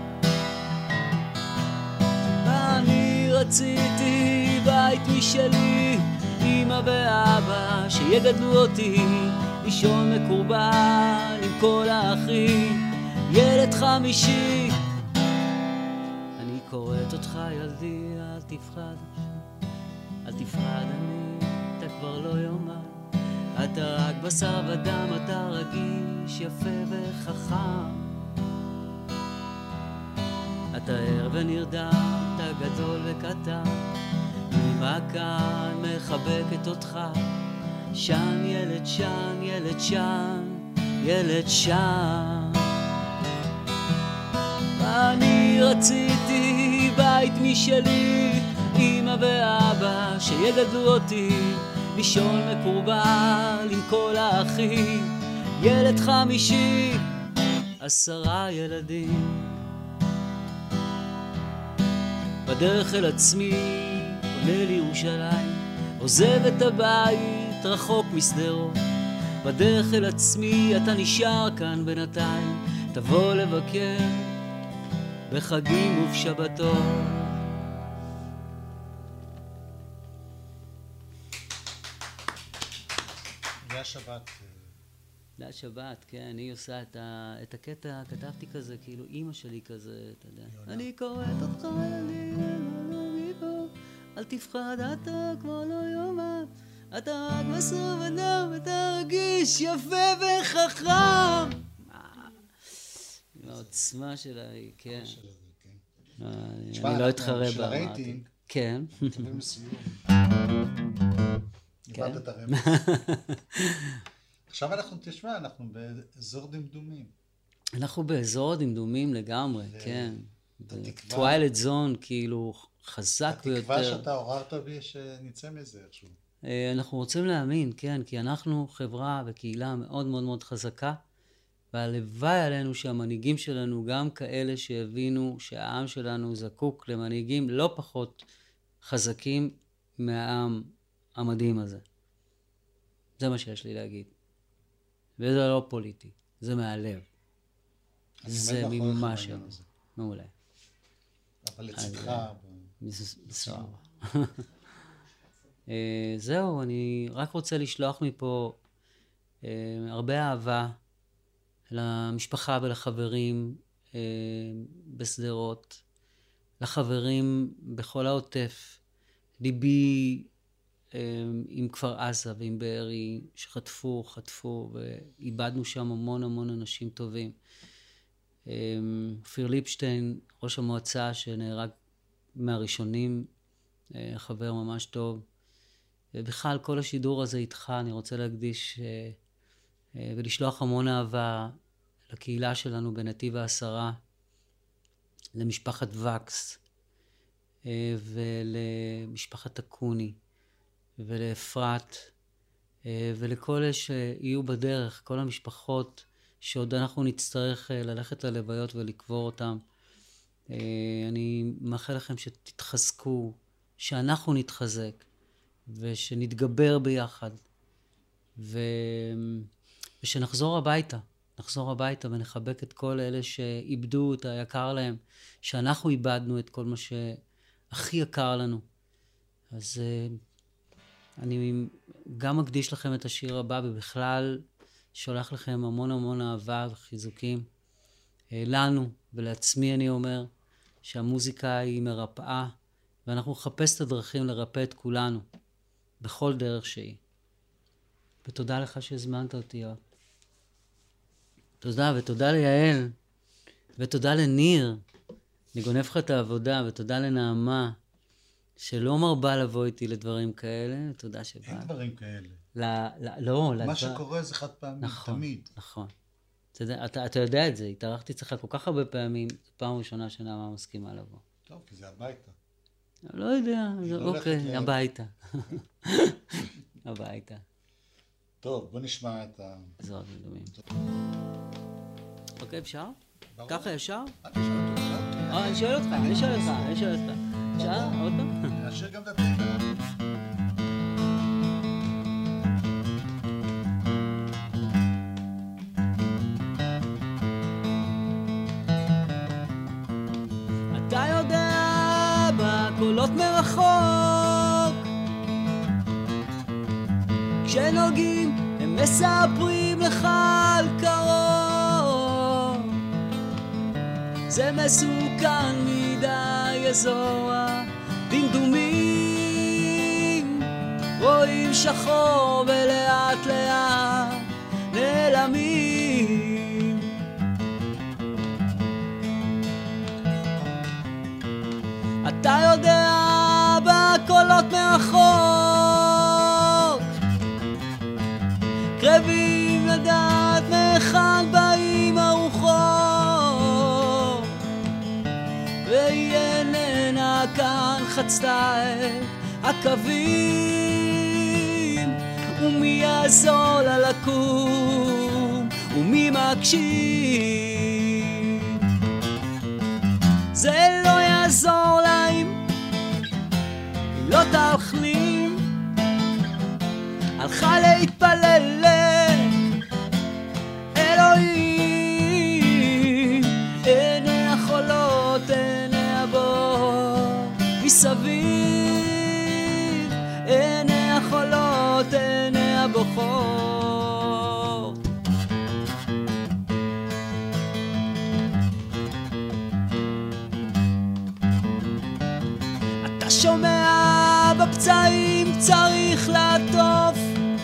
ואני רציתי בית משלי, אמא ואבא שיגדלו אותי, לישון מקורבן עם כל האחים, ילד 50. אני קוראת אותך ילדי, אל תפחד, אל תפחד, אתה כבר לא יומן, אתה רק בשר ודם, אתה רגיש, יפה וחכם, אתה ער ונרדם, אתה גדול וקטן, אמא כאן מחבקת אותך, שם ילד שם, ילד שם, ילד שם. אני רציתי בית משלי, אמא ואבא שיגדלו אותי, לישון מקורבן עם כל האחים, ילד חמישי, 10 ילדים. בדרך אל עצמי, עולה לירושלים, עוזב את הבית, רחוק משדרות. בדרך אל עצמי, אתה נשאר כאן בינתיים, תבוא לבקר בחגים ובשבתות. זה השבת. זה השבת, כן, אני עושה את הקטע, כתבתי כזה, כאילו אמא שלי כזה, אתה יודע. אני קוראת אותך, אני פה, אל תפחד, אתה כמו לא יומן, אתה רק מסור ודם, אתה רגיש, יפה וחכם. העוצמה שלה היא, כן. אני לא אתחרה בה. של הרייטינג, כן. תבין לסיום. דיברת את הרמז. עכשיו אנחנו, תשמע, אנחנו באזור דמדומים. אנחנו באזור דמדומים לגמרי, כן. טווילייט זון, כאילו, חזק ביותר. התקווה שאתה עוררת בי שנצא מזה איכשהו. אנחנו רוצים להאמין, כן, כי אנחנו חברה וקהילה מאוד מאוד מאוד חזקה, והלוואי עלינו שהמנהיגים שלנו, גם כאלה שהבינו שהעם שלנו זקוק למנהיגים לא פחות חזקים מהעם המדהים הזה. זה מה שיש לי להגיד. וזה לא פוליטי, זה מהלב. זה ממש מעולה. אבל לצדך... בסדר. זהו, אני רק רוצה לשלוח מפה הרבה אהבה למשפחה ולחברים בסדרות, לחברים בכל העוטף. ליבי עם כפר עזה ועם בארי שחטפו, ואיבדנו שם המון המון אנשים טובים. אופיר ליפשטיין, ראש המועצה שנהרג מהראשונים, חבר ממש טוב. ובכלל כל השידור הזה איתך, אני רוצה להקדיש ולשלוח המון אהבה לקהילה שלנו בנתיב העשרה, למשפחת וקס ולמשפחת אקוני ולאפרת ולכל אלה שיהיו בדרך, כל המשפחות שעוד אנחנו נצטרך ללכת ללוויות ולקבור אותם. אני מאחל לכם שתתחזקו, שאנחנו נתחזק ושנתגבר ביחד ושנחזור הביתה. נחזור הביתה ונחבק את כל אלה שאיבדו את היקר להם, שאנחנו איבדנו את כל מה שהכי יקר לנו. אז אני גם מקדיש לכם את השיר הבא, ובכלל שולח לכם המון המון אהבה וחיזוקים. לנו ולעצמי אני אומר שהמוזיקה היא מרפאה, ואנחנו נחפש את הדרכים לרפא את כולנו, בכל דרך שהיא. ותודה לך שהזמנת אותי. תודה, ותודה ליעל, ותודה לניר, אני גונב לך את העבודה, ותודה לנעמה, שלא מרבה לבוא איתי לדברים כאלה, תודה שבא. אין דברים כאלה. לא, מה שקורה זה חד פעמים, תמיד. נכון. אתה יודע את זה, התארחתי אצלך כל כך הרבה פעמים, זו פעם ראשונה שנעמה מסכימה לבוא. טוב, כי זה הביתה. לא יודע, אוקיי, הביתה. הביתה. טוב, בוא נשמע את ה... זאת דומים. אוקיי, אפשר? ככה ישר? אני שואל אותך. אני שואל אותך. אפשר? עוד פעם? נאשר גם את התקווה. אתה יודע בקולות מרחוק, כשנוגעים הם מספרים לך על קרוב. זה מסוכן מדי אזור הדמדומים, רואים שחור ולאט לאט נעלמים. אתה יודע בקולות מרחוק, קרבים לדעת מהיכן באים הרוחות, והיא איננה כאן חצתה את הקווים, ומי יעזור לה לקום להקשיב. זה לא יעזור להם אם לא תחלים. הלכה להתפלל אלוהים, עיני החולות עיני הבור מסביב, עיני החולות עיני הבוכות. אתה שומע בפצעים צריך לעטוף,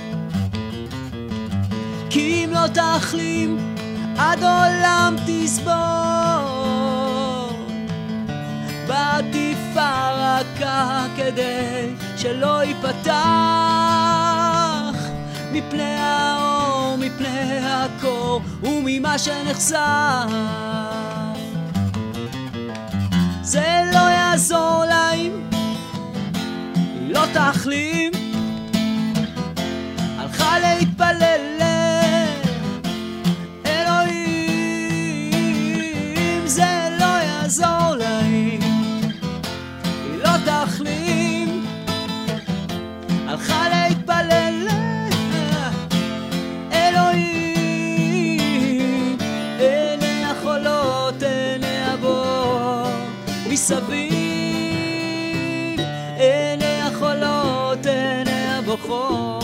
כי אם לא תחלים עד עולם תסבור בעטיפה רכה כדי שלא ייפתח מפני האור, מפני הקור וממה שנחשף. זה לא יעזור להם, היא לא תחלים. הלכה להתפלל אלוהים, זה לא יעזור להם, היא לא תחלים. הלכה להתפלל אלוהים, עיני החולות עיני הבור מסביב, עיני החולות עיני הבוכות.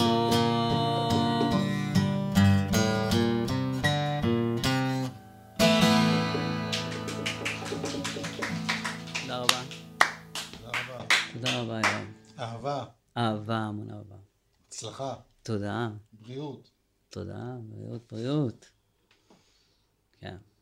תודה רבה, יואב. אהבה. אהבה, המון אהבה. הצלחה. תודה. בריאות. תודה, בריאות, בריאות. כן.